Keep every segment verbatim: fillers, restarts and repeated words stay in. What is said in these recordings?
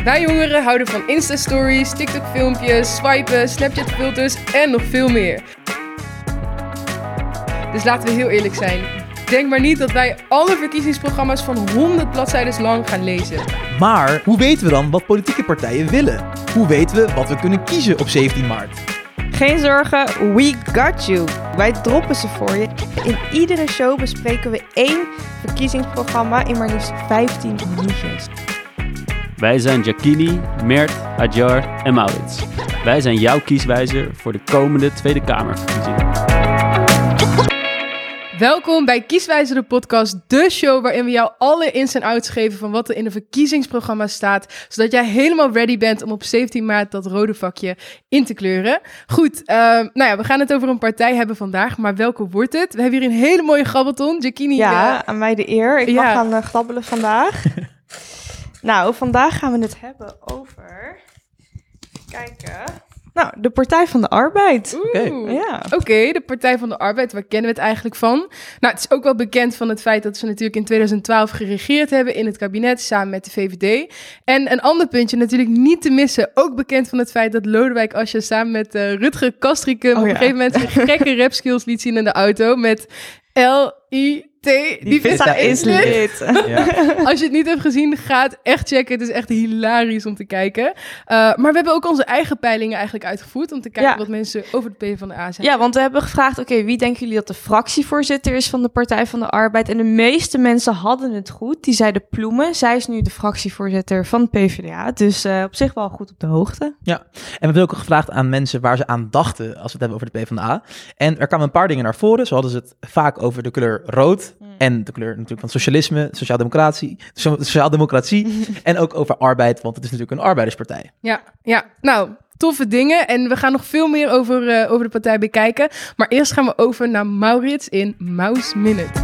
Wij jongeren houden van Insta-stories, TikTok-filmpjes, swipen, Snapchat-filters en nog veel meer. Dus laten we heel eerlijk zijn. Denk maar niet dat wij alle verkiezingsprogramma's van honderd bladzijden lang gaan lezen. Maar hoe weten we dan wat politieke partijen willen? Hoe weten we wat we kunnen kiezen op zeventien maart? Geen zorgen, we got you. Wij droppen ze voor je. In iedere show bespreken we één verkiezingsprogramma in maar liefst vijftien minuutjes. Wij zijn Jacquini, Mert, Hadjar en Maurits. Wij zijn jouw kieswijzer voor de komende Tweede Kamerverkiezingen. Welkom bij Kieswijzer de podcast, de show waarin we jou alle ins en outs geven van wat er in de verkiezingsprogramma staat, zodat jij helemaal ready bent om op zeventien maart dat rode vakje in te kleuren. Goed, uh, nou ja, we gaan het over een partij hebben vandaag, maar welke wordt het? We hebben hier een hele mooie grabbelton. Jacquini. Ja, uh, aan mij de eer. Ik ja. mag gaan uh, grabbelen vandaag. Nou, vandaag gaan we het hebben over... Even kijken... Nou, de Partij van de Arbeid. Oké, okay. ja. okay, de Partij van de Arbeid, waar kennen we het eigenlijk van? Nou, het is ook wel bekend van het feit dat ze natuurlijk in twintig twaalf geregeerd hebben in het kabinet samen met de V V D. En een ander puntje natuurlijk niet te missen, ook bekend van het feit dat Lodewijk Asscher samen met uh, Rutger Kastrikum oh, op ja. een gegeven moment zijn gekke rapskills liet zien in de auto met L I T. Die, die vissa is lid. lid. Ja. Als je het niet hebt gezien, ga het echt checken. Het is echt hilarisch om te kijken. Uh, maar we hebben ook onze eigen peilingen eigenlijk uitgevoerd om te kijken ja. wat mensen over de PvdA zeggen. Ja, want we hebben gevraagd, oké, okay, wie denken jullie dat de fractievoorzitter is van de Partij van de Arbeid? En de meeste mensen hadden het goed. Die zeiden Ploemen. Zij is nu de fractievoorzitter van de PvdA. Dus uh, op zich wel goed op de hoogte. Ja, en we hebben ook gevraagd aan mensen waar ze aan dachten als we het hebben over de PvdA. En er kwamen een paar dingen naar voren. Zo hadden ze het vaak over de kleur rood. En de kleur natuurlijk van socialisme, sociaaldemocratie, sociaaldemocratie en ook over arbeid, want het is natuurlijk een arbeiderspartij. Ja, ja, nou, toffe dingen. En we gaan nog veel meer over, uh, over de partij bekijken. Maar eerst gaan we over naar Maurits in Maus Minute.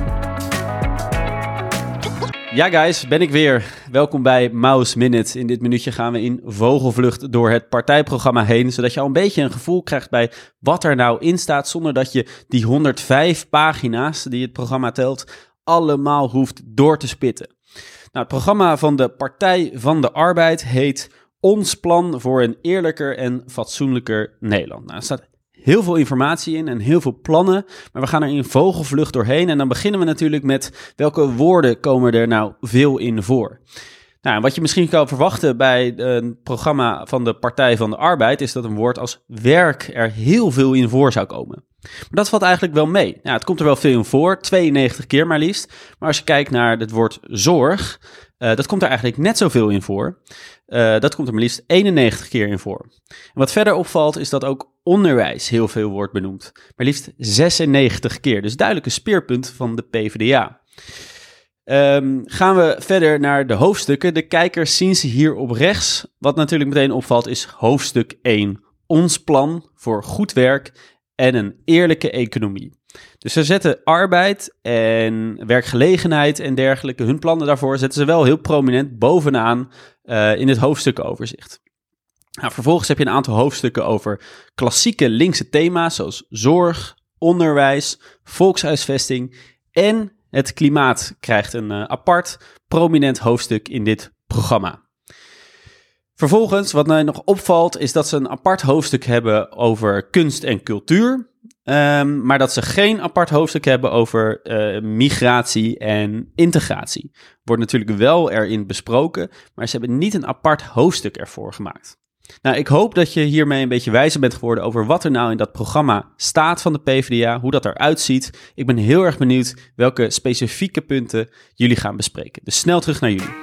Ja guys, ben ik weer. Welkom bij Maus Minute. In dit minuutje gaan we in vogelvlucht door het partijprogramma heen, zodat je al een beetje een gevoel krijgt bij wat er nou in staat, zonder dat je die honderdvijf pagina's die het programma telt, allemaal hoeft door te spitten. Nou, het programma van de Partij van de Arbeid heet Ons Plan voor een Eerlijker en Fatsoenlijker Nederland. Nou, er staat heel veel informatie in en heel veel plannen, maar we gaan er in vogelvlucht doorheen. En dan beginnen we natuurlijk met welke woorden komen er nou veel in voor. Nou, wat je misschien kan verwachten bij een programma van de Partij van de Arbeid is dat een woord als werk er heel veel in voor zou komen. Maar dat valt eigenlijk wel mee. Nou, het komt er wel veel in voor, tweeënnegentig keer maar liefst. Maar als je kijkt naar het woord zorg, uh, dat komt er eigenlijk net zoveel in voor. Uh, dat komt er maar liefst eenennegentig keer in voor. En wat verder opvalt is dat ook onderwijs heel veel wordt benoemd. Maar liefst zesennegentig keer. Dus duidelijk een speerpunt van de PvdA. Um, gaan we verder naar de hoofdstukken. De kijkers zien ze hier op rechts. Wat natuurlijk meteen opvalt is hoofdstuk één. Ons plan voor goed werk en een eerlijke economie. Dus ze zetten arbeid en werkgelegenheid en dergelijke, hun plannen daarvoor zetten ze wel heel prominent bovenaan uh, in het hoofdstukkenoverzicht. Nou, vervolgens heb je een aantal hoofdstukken over klassieke linkse thema's zoals zorg, onderwijs, volkshuisvesting en het klimaat krijgt een uh, apart prominent hoofdstuk in dit programma. Vervolgens, wat mij nog opvalt, is dat ze een apart hoofdstuk hebben over kunst en cultuur. Um, maar dat ze geen apart hoofdstuk hebben over uh, migratie en integratie. Wordt natuurlijk wel erin besproken, maar ze hebben niet een apart hoofdstuk ervoor gemaakt. Nou, ik hoop dat je hiermee een beetje wijzer bent geworden over wat er nou in dat programma staat van de PvdA, hoe dat eruit ziet. Ik ben heel erg benieuwd welke specifieke punten jullie gaan bespreken. Dus snel terug naar jullie.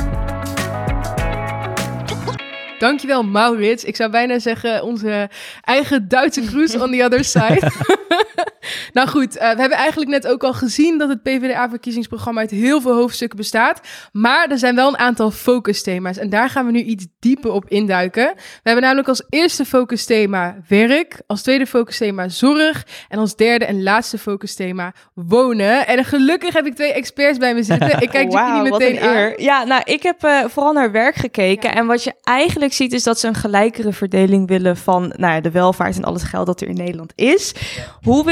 Dankjewel, Maurits. Ik zou bijna zeggen onze eigen Duitse cruise on the other side. Nou goed, uh, we hebben eigenlijk net ook al gezien dat het PvdA-verkiezingsprogramma uit heel veel hoofdstukken bestaat. Maar er zijn wel een aantal focusthema's en daar gaan we nu iets dieper op induiken. We hebben namelijk als eerste focusthema werk, als tweede focusthema zorg en als derde en laatste focusthema wonen. En gelukkig heb ik twee experts bij me zitten. Ik kijk wow, jullie meteen wat een eer. aan. Ja, nou, ik heb uh, vooral naar werk gekeken ja. en wat je eigenlijk ziet is dat ze een gelijkere verdeling willen van nou ja, de welvaart en al het geld dat er in Nederland is. Ja. Hoe willen ze dat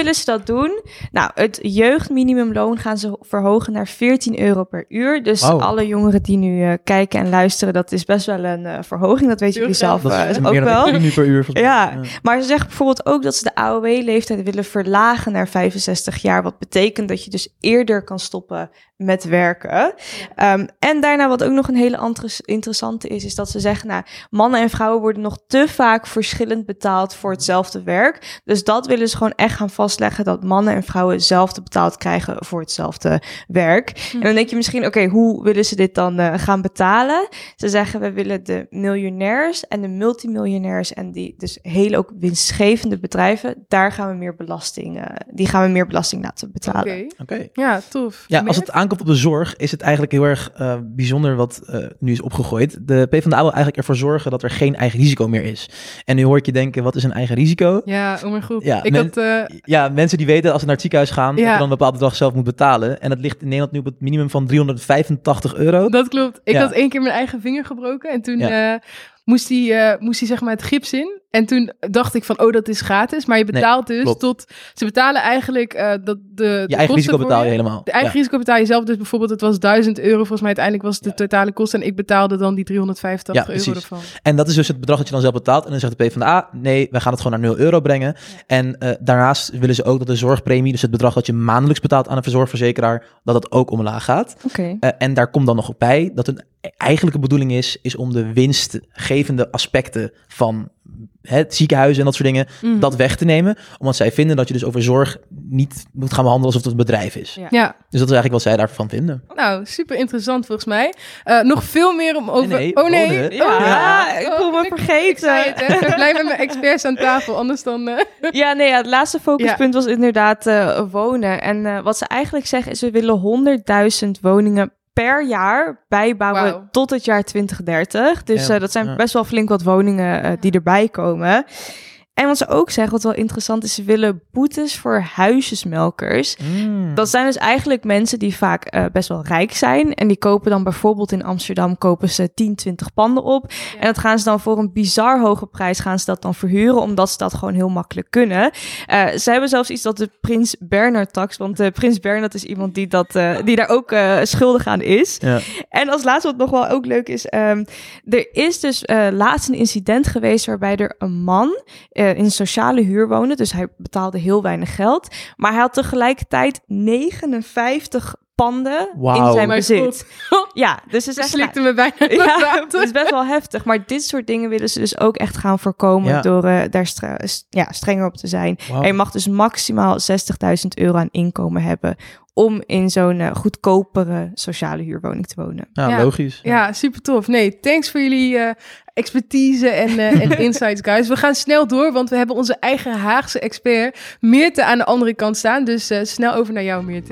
doen? Nou, het jeugdminimumloon gaan ze verhogen naar veertien euro per uur. Dus Wow. alle jongeren die nu uh, kijken en luisteren, dat is best wel een uh, verhoging. Dat weten jullie zelf Dat uh, is ook meer dan wel. tien uur per uur. volgens mij. Ja, maar ze zeggen bijvoorbeeld ook dat ze de A O W-leeftijd willen verlagen naar vijfenzestig jaar. Wat betekent dat je dus eerder kan stoppen met werken. Ja. Um, en daarna wat ook nog een hele andere interessante is, is dat ze zeggen, nou, mannen en vrouwen worden nog te vaak verschillend betaald voor hetzelfde werk. Dus dat willen ze gewoon echt gaan vastleggen, dat mannen en vrouwen hetzelfde betaald krijgen voor hetzelfde werk. Hm. En dan denk je misschien, oké, okay, hoe willen ze dit dan uh, gaan betalen? Ze zeggen, we willen de miljonairs en de multimiljonairs en die dus hele ook winstgevende bedrijven, daar gaan we meer belasting, uh, die gaan we meer belasting laten betalen. Oké. Okay. Okay. Ja, tof. Ja, als het aankomt op de zorg, is het eigenlijk heel erg uh, bijzonder wat uh, nu is opgegooid. De PvdA wil eigenlijk ervoor zorgen dat er geen eigen risico meer is. En nu hoor ik je denken, wat is een eigen risico? Ja, oh mijn god. Ja, ik men, had, uh... ja, mensen die weten als ze naar het ziekenhuis gaan, ja. dat je dan een bepaalde bedrag zelf moet betalen. En dat ligt in Nederland nu op het minimum van driehonderdvijfentachtig euro. Dat klopt. Ik ja. had één keer mijn eigen vinger gebroken en toen ja. uh, moest hij uh, moest hij zeg maar het gips in. En toen dacht ik van, oh, dat is gratis. Maar je betaalt nee, dus klopt. tot... Ze betalen eigenlijk uh, dat de, je eigen risico betaal je helemaal. De eigen ja. risico betaal je zelf. Dus bijvoorbeeld, het was duizend euro. Volgens mij uiteindelijk was het de totale kosten. En ik betaalde dan die driehonderdvijfentachtig ja, euro ervan. En dat is dus het bedrag dat je dan zelf betaalt. En dan zegt de PvdA, nee, wij gaan het gewoon naar nul euro brengen. Ja. En uh, daarnaast willen ze ook dat de zorgpremie, dus het bedrag dat je maandelijks betaalt aan een zorgverzekeraar, dat het ook omlaag gaat. Okay. Uh, en daar komt dan nog bij dat een eigenlijke bedoeling is, is om de winstgevende aspecten van het ziekenhuis en dat soort dingen, mm. dat weg te nemen. Omdat zij vinden dat je dus over zorg niet moet gaan behandelen alsof het een bedrijf is. Ja. ja. Dus dat is eigenlijk wat zij daarvan vinden. Nou, super interessant volgens mij. Uh, nog veel meer om over... Nee, oh nee. Wonen. Ja, oh, ja, ik voel me vergeten. Ik, ik ben blij met mijn experts aan tafel, anders dan... Uh... Ja, nee, ja, het laatste focuspunt ja. was inderdaad uh, wonen. En uh, wat ze eigenlijk zeggen is, we willen honderdduizend woningen per jaar bijbouwen wow. tot het jaar twintig dertig. Dus ja, uh, dat zijn ja. best wel flink wat woningen uh, die erbij komen. En wat ze ook zeggen, wat wel interessant is, ze willen boetes voor huisjesmelkers. Mm. Dat zijn dus eigenlijk mensen die vaak uh, best wel rijk zijn. En die kopen dan bijvoorbeeld in Amsterdam kopen ze tien, twintig panden op. Ja. En dat gaan ze dan voor een bizar hoge prijs gaan ze dat dan verhuren, omdat ze dat gewoon heel makkelijk kunnen. Uh, ze hebben zelfs iets dat de Prins Bernhard tax, want uh, Prins Bernhard is iemand die, dat, uh, die daar ook uh, schuldig aan is. Ja. En als laatste wat nog wel ook leuk is, um, er is dus uh, laatst een incident geweest waarbij er een man uh, in sociale huur woonde, dus hij betaalde heel weinig geld, maar hij had tegelijkertijd negenenvijftig panden wow. in zijn bezit. Ja, dus ze zeggen, slikte me bijna. Ja, het is best wel heftig, maar dit soort dingen willen ze dus ook echt gaan voorkomen ja. door uh, daar stre- ja, strenger op te zijn. Wow. En je mag dus maximaal zestigduizend euro aan inkomen hebben om in zo'n uh, goedkopere sociale huurwoning te wonen. Ja, ja. logisch. Ja. ja, super tof. Nee, thanks voor jullie uh, expertise en, uh, en insights, guys. We gaan snel door, want we hebben onze eigen Haagse expert Meerte aan de andere kant staan. Dus uh, snel over naar jou, Meerte.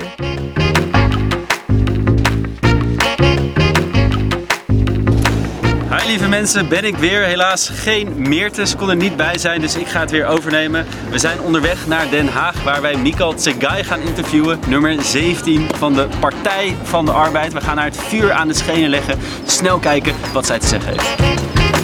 Hi lieve mensen, ben ik weer. Helaas geen Meerte, ze kon er niet bij zijn, dus ik ga het weer overnemen. We zijn onderweg naar Den Haag, waar wij Mikal Tsegai gaan interviewen. Nummer zeventien van de Partij van de Arbeid. We gaan naar het vuur aan de schenen leggen. Snel kijken wat zij te zeggen heeft.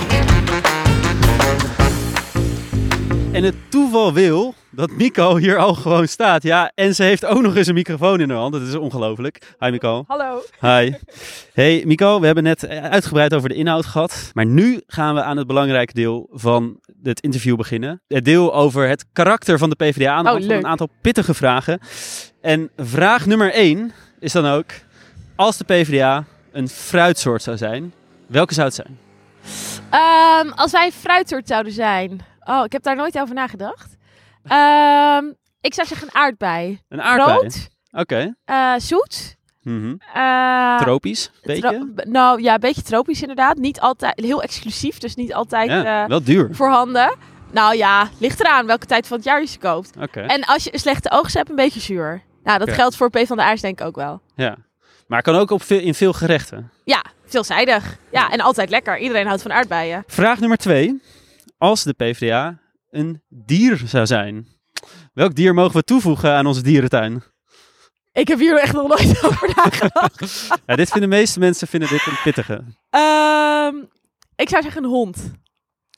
En het toeval wil dat Mikal hier al gewoon staat. Ja, en ze heeft ook nog eens een microfoon in haar hand. Dat is ongelooflijk. Hi Mikal. Hallo. Hi. Hey Mikal, we hebben net uitgebreid over de inhoud gehad. Maar nu gaan we aan het belangrijke deel van het interview beginnen. Het deel over het karakter van de PvdA aan de hand oh, van een aantal pittige vragen. En vraag nummer één is dan ook, als de PvdA een fruitsoort zou zijn, welke zou het zijn? Um, als wij een fruitsoort zouden zijn... Oh, ik heb daar nooit over nagedacht. Um, ik zou zeggen een aardbei. Een aardbei? Rood. Oké. Okay. Uh, zoet. Mm-hmm. Uh, tropisch, beetje? Tro- nou ja, een beetje tropisch inderdaad. Niet altijd, heel exclusief, dus niet altijd ja, uh, wel duur. voorhanden. Nou ja, ligt eraan welke tijd van het jaar je ze koopt. Okay. En als je een slechte oogst hebt, een beetje zuur. Nou, dat okay. geldt voor PvdA denk ik ook wel. Ja, maar kan ook op veel, in veel gerechten. Ja, veelzijdig. Ja, en altijd lekker. Iedereen houdt van aardbeien. Vraag nummer twee. Als de PvdA een dier zou zijn, welk dier mogen we toevoegen aan onze dierentuin? Ik heb hier echt nog nooit over nagedacht. Ja, dit vinden de meeste mensen vinden dit een pittige. Um, ik zou zeggen een hond.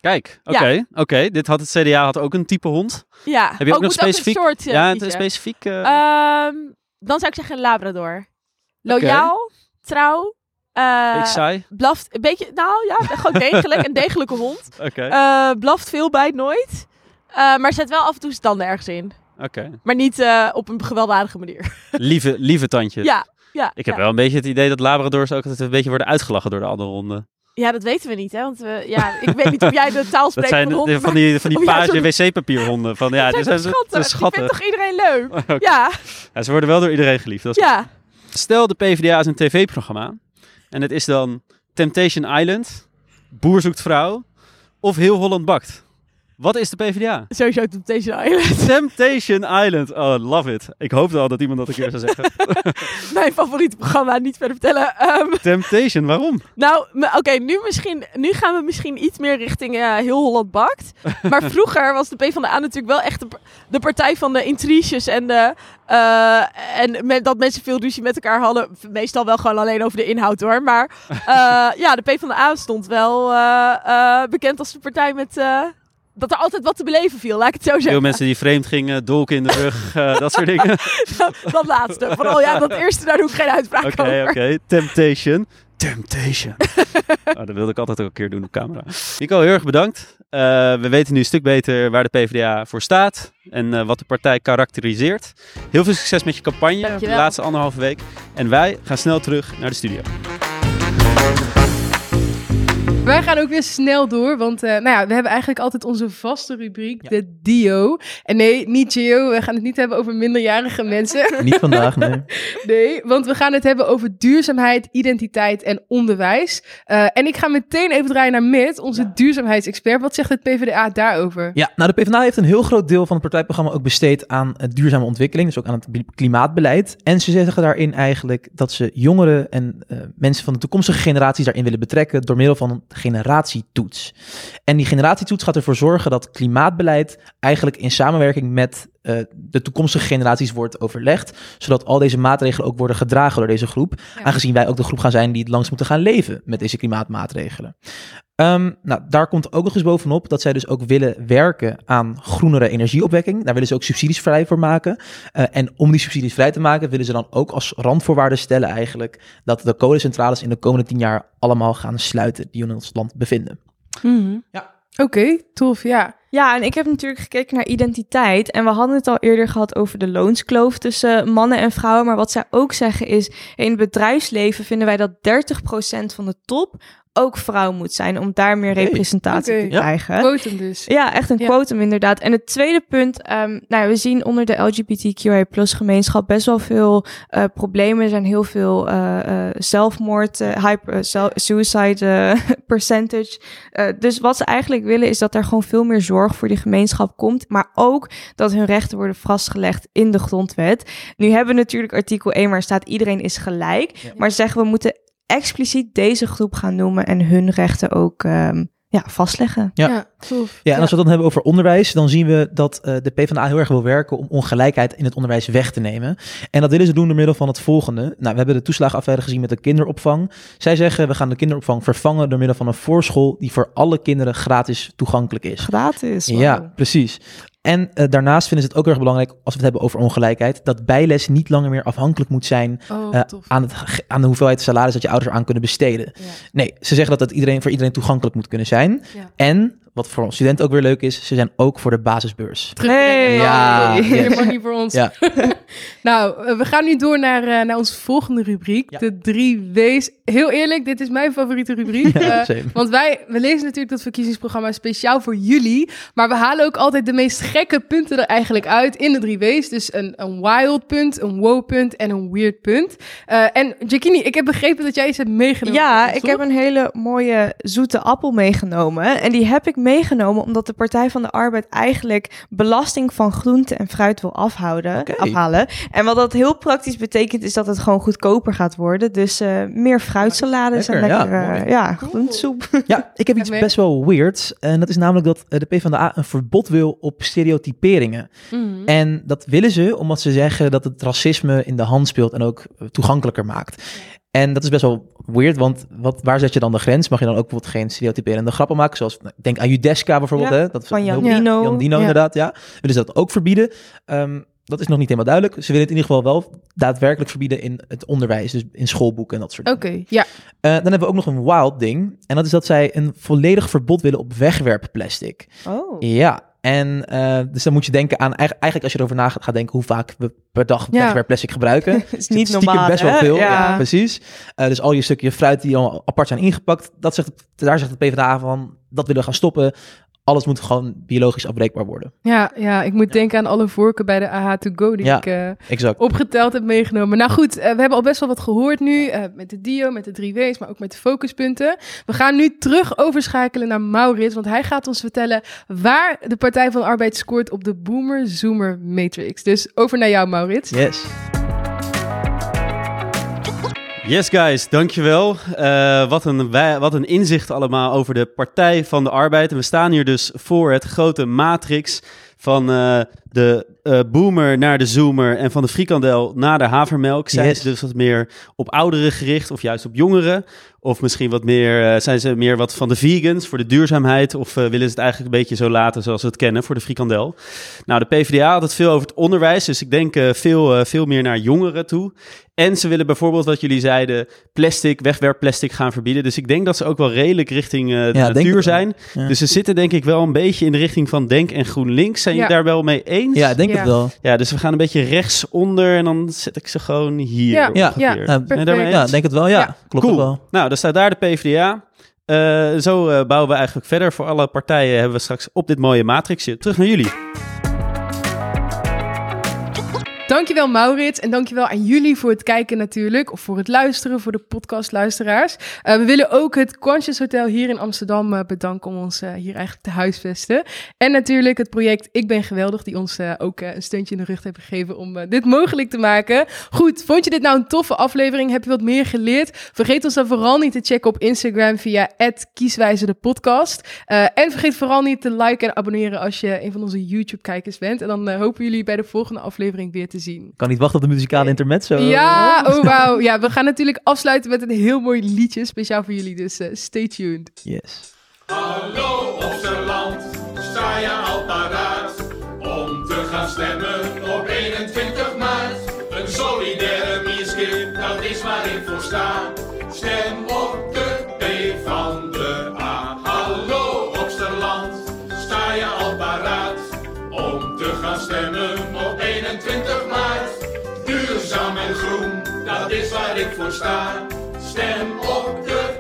Kijk, oké. Ja. oké. Dit had het C D A had ook een type hond. Ja, Heb je ook nog moet specifiek? een soort, uh, ja, een kiezen. specifiek. Uh... Ehm, dan zou ik zeggen Labrador. Loyaal, trouw. Uh, Beetje saai. blaft een beetje, nou ja, gewoon degelijk. Een degelijke hond. Oké. Okay. Uh, blaft veel, bijt nooit. Uh, maar zet wel af en toe standen ergens in. Oké. Okay. Maar niet uh, op een gewelddadige manier. Lieve, lieve tandjes. Ja, ja. Ik heb ja. wel een beetje het idee dat Labradors ook altijd een beetje worden uitgelachen door de andere honden. Ja, dat weten we niet, hè? Want we, ja, ik weet niet of jij de taal spreekt dat zijn van honden. van die, van die Oh, ja, page zo... wc-papierhonden. Van, ja, die zijn toch schattig? dus schatten. Die vindt toch iedereen leuk? Okay. Ja. ja. Ze worden wel door iedereen geliefd. Dat is ja. goed. Stel, de PvdA is een tv-programma. En het is dan Temptation Island, Boer zoekt vrouw of Heel Holland bakt. Wat is de PvdA? Sowieso Temptation Island. Temptation Island. Oh, love it. Ik hoopte al dat iemand dat een keer zou zeggen. Mijn favoriete programma, niet verder vertellen. Um, Temptation, waarom? Nou, oké, okay, nu misschien, nu gaan we misschien iets meer richting uh, Heel Holland bakt. Maar vroeger was de PvdA natuurlijk wel echt de, de partij van de intriges en de... Uh, en met, dat mensen veel ruzie met elkaar hadden. Meestal wel gewoon alleen over de inhoud hoor. Maar uh, ja, de PvdA stond wel uh, uh, bekend als de partij met... Uh, dat er altijd wat te beleven viel, laat ik het zo zeggen. Veel mensen die vreemd gingen, dolken in de rug, uh, dat soort dingen. dat, dat laatste. Vooral ja, dat eerste, daar doe ik geen uitspraak okay, over. Oké, okay. oké. Temptation. Temptation. oh, dat wilde ik altijd ook een keer doen op camera. Nico, heel erg bedankt. Uh, we weten nu een stuk beter waar de PvdA voor staat en uh, wat de partij karakteriseert. Heel veel succes met je campagne Dankjewel. de laatste anderhalve week. En wij gaan snel terug naar de studio. Wij gaan ook weer snel door, want uh, nou ja, we hebben eigenlijk altijd onze vaste rubriek, ja. de Dio. En nee, niet Gio, we gaan het niet hebben over minderjarige mensen. Niet vandaag, nee. Nee, want we gaan het hebben over duurzaamheid, identiteit en onderwijs. Uh, en ik ga meteen even draaien naar Mit, onze ja. duurzaamheidsexpert. Wat zegt het PvdA daarover? Ja, nou de PvdA heeft een heel groot deel van het partijprogramma ook besteed aan uh, duurzame ontwikkeling, dus ook aan het klimaatbeleid. En ze zeggen daarin eigenlijk dat ze jongeren en uh, mensen van de toekomstige generaties daarin willen betrekken door middel van een generatietoets. En die generatietoets gaat ervoor zorgen dat klimaatbeleid eigenlijk in samenwerking met uh, de toekomstige generaties wordt overlegd, zodat al deze maatregelen ook worden gedragen door deze groep, ja. aangezien wij ook de groep gaan zijn die het langst moeten gaan leven met deze klimaatmaatregelen. Um, nou, daar komt ook nog eens bovenop dat zij dus ook willen werken aan groenere energieopwekking. Daar willen ze ook subsidies vrij voor maken. Uh, en om die subsidies vrij te maken, willen ze dan ook als randvoorwaarde stellen eigenlijk dat de kolencentrales in de komende tien jaar allemaal gaan sluiten die in ons land bevinden. Mm-hmm. Ja. Oké, okay, tof, ja. Ja, en ik heb natuurlijk gekeken naar identiteit. En we hadden het al eerder gehad over de loonskloof tussen mannen en vrouwen. Maar wat zij ook zeggen is, in het bedrijfsleven vinden wij dat dertig procent van de top ook vrouw moet zijn, om daar meer representatie okay. te krijgen. Ja, quotum dus. Ja, echt een ja. quotum inderdaad. En het tweede punt, um, nou ja, we zien onder de L G B T Q I plus gemeenschap best wel veel uh, problemen. Er zijn heel veel uh, uh, zelfmoord, uh, hyper, uh, self, suicide uh, percentage. Uh, dus wat ze eigenlijk willen is dat er gewoon veel meer zorg voor die gemeenschap komt, maar ook dat hun rechten worden vastgelegd in de grondwet. Nu hebben we natuurlijk artikel één, waar staat iedereen is gelijk. Ja. Maar zeggen we moeten expliciet deze groep gaan noemen en hun rechten ook um, ja, vastleggen. Ja, ja, tof. Ja, en als we het dan hebben over onderwijs, dan zien we dat uh, de PvdA heel erg wil werken om ongelijkheid in het onderwijs weg te nemen. En dat willen ze doen door middel van het volgende. Nou, we hebben de toeslagenaffaire gezien met de kinderopvang. Zij zeggen, we gaan de kinderopvang vervangen door middel van een voorschool die voor alle kinderen gratis toegankelijk is. Gratis? Wow. Ja, precies. En uh, daarnaast vinden ze het ook erg belangrijk, als we het hebben over ongelijkheid, dat bijles niet langer meer afhankelijk moet zijn oh, uh, aan, het, aan de hoeveelheid salaris dat je ouders eraan kunnen besteden. Ja. Nee, ze zeggen dat het iedereen, voor iedereen toegankelijk moet kunnen zijn. Ja. En, wat voor studenten ook weer leuk is, ze zijn ook voor de basisbeurs. Hey, ja, meer yes. money voor ons. Ja. Nou, uh, we gaan nu door naar, uh, naar onze volgende rubriek, ja. de drie W's. Heel eerlijk, dit is mijn favoriete rubriek. Ja, uh, want wij, we lezen natuurlijk dat verkiezingsprogramma speciaal voor jullie, maar we halen ook altijd de meest gekke punten er eigenlijk uit in de drie W's. Dus een, een wild punt, een wow punt en een weird punt. Uh, en Giacchini, ik heb begrepen dat jij iets hebt meegenomen. Ja, ons, ik toch? heb een hele mooie zoete appel meegenomen. En die heb ik meegenomen omdat de Partij van de Arbeid eigenlijk belasting van groente en fruit wil afhouden, okay. afhalen. En wat dat heel praktisch betekent is dat het gewoon goedkoper gaat worden. Dus uh, meer fruitsalades lekker, en lekker ja, uh, ja, groentesoep. Ja, ik heb iets best wel weirds. En dat is namelijk dat uh, de PvdA een verbod wil op stereotyperingen. Mm-hmm. En dat willen ze omdat ze zeggen dat het racisme in de hand speelt en ook toegankelijker maakt. En dat is best wel weird, want wat, waar zet je dan de grens? Mag je dan ook bijvoorbeeld geen stereotyperende grappen maken? Zoals, nou, denk aan Judeska bijvoorbeeld. Ja, Hè? Dat is van Jan heel- Dino. Jan Dino, Ja. inderdaad, ja. Willen ze dat ook verbieden? Um, dat is nog niet helemaal duidelijk. Ze willen het in ieder geval wel daadwerkelijk verbieden in het onderwijs. Dus in schoolboeken en dat soort Oké, dingen. ja. Uh, dan hebben we ook nog een wild ding. En dat is dat zij een volledig verbod willen op wegwerpplastic. Oh. Ja, en uh, dus dan moet je denken aan... Eigenlijk, eigenlijk als je erover na gaat, gaat denken hoe vaak we per dag Ja. wegwerpplastic gebruiken. Het is niet Stiekem normaal, best wel hè? veel, ja. Ja. precies. Uh, dus al je stukje fruit die al apart zijn ingepakt, dat zegt, daar zegt de PvdA van, dat willen we gaan stoppen. Alles moet gewoon biologisch afbreekbaar worden. Ja, ja, ik moet denken aan alle vorken bij de A H to go die Ja. ik uh, Exact. opgeteld heb meegenomen. Nou goed, uh, we hebben al best wel wat gehoord nu. Uh, met de Dio, met de drie W's, maar ook met de focuspunten. We gaan nu terug overschakelen naar Maurits. Want hij gaat ons vertellen waar de Partij van de Arbeid scoort op de Boomer-Zoomer Matrix. Dus over naar jou, Maurits. Yes. Yes guys, dankjewel. Uh, wat, een, wij, wat een inzicht allemaal over de Partij van de Arbeid. En we staan hier dus voor het grote matrix van uh, de uh, boomer naar de zoomer en van de frikandel naar de havermelk. Zijn Yes. ze dus wat meer op ouderen gericht of juist op jongeren? Of misschien wat meer, uh, zijn ze meer wat van de vegans voor de duurzaamheid? Of uh, willen ze het eigenlijk een beetje zo laten zoals we het kennen voor de frikandel? Nou, de PvdA had het veel over het onderwijs, dus ik denk uh, veel, uh, veel meer naar jongeren toe. En ze willen bijvoorbeeld, wat jullie zeiden, plastic, wegwerpplastic gaan verbieden. Dus ik denk dat ze ook wel redelijk richting uh, de Ja, denk natuur ik wel. zijn. Ja. Dus ze zitten denk ik wel een beetje in de richting van Denk en GroenLinks. Zijn Ja. jullie daar wel mee eens? Ja, ik denk Ja. het wel. Ja, dus we gaan een beetje rechtsonder en dan zet ik ze gewoon hier Ja, ja, ongeveer. ja. Nou, Ben je daarmee Perfect. Ja, eens? denk het wel. Ja, Ja. klopt Cool. ook wel. Nou, dan staat daar de PvdA. Uh, zo uh, bouwen we eigenlijk verder. Voor alle partijen hebben we straks op dit mooie matrixje. Terug naar jullie. Dankjewel Maurits en dankjewel aan jullie voor het kijken natuurlijk. Of voor het luisteren, voor de podcastluisteraars. Uh, we willen ook het Conscious Hotel hier in Amsterdam uh, bedanken om ons uh, hier eigenlijk te huisvesten. En natuurlijk het project Ik Ben Geweldig die ons uh, ook uh, een steuntje in de rug heeft gegeven om uh, dit mogelijk te maken. Goed, vond je dit nou een toffe aflevering? Heb je wat meer geleerd? Vergeet ons dan vooral niet te checken op Instagram via at kieswijze de podcast. Uh, en vergeet vooral niet te liken en abonneren als je een van onze YouTube-kijkers bent. En dan uh, hopen jullie bij de volgende aflevering weer te zien. Ik kan niet wachten op de muzikale intermezzo. Ja, oh wauw. Ja, we gaan natuurlijk afsluiten met een heel mooi liedje, speciaal voor jullie, dus uh, stay tuned. Yes. Hallo Oosterland, sta je al paraat om te gaan stemmen op eenentwintig maart? Een solidaire mieskip, dat is waar ik voor sta. Stem op de P van de A. Hallo Oosterland, sta je al paraat om te gaan stemmen op eenentwintig maart? Duurzaam en groen, dat is waar ik voor sta. Stem op de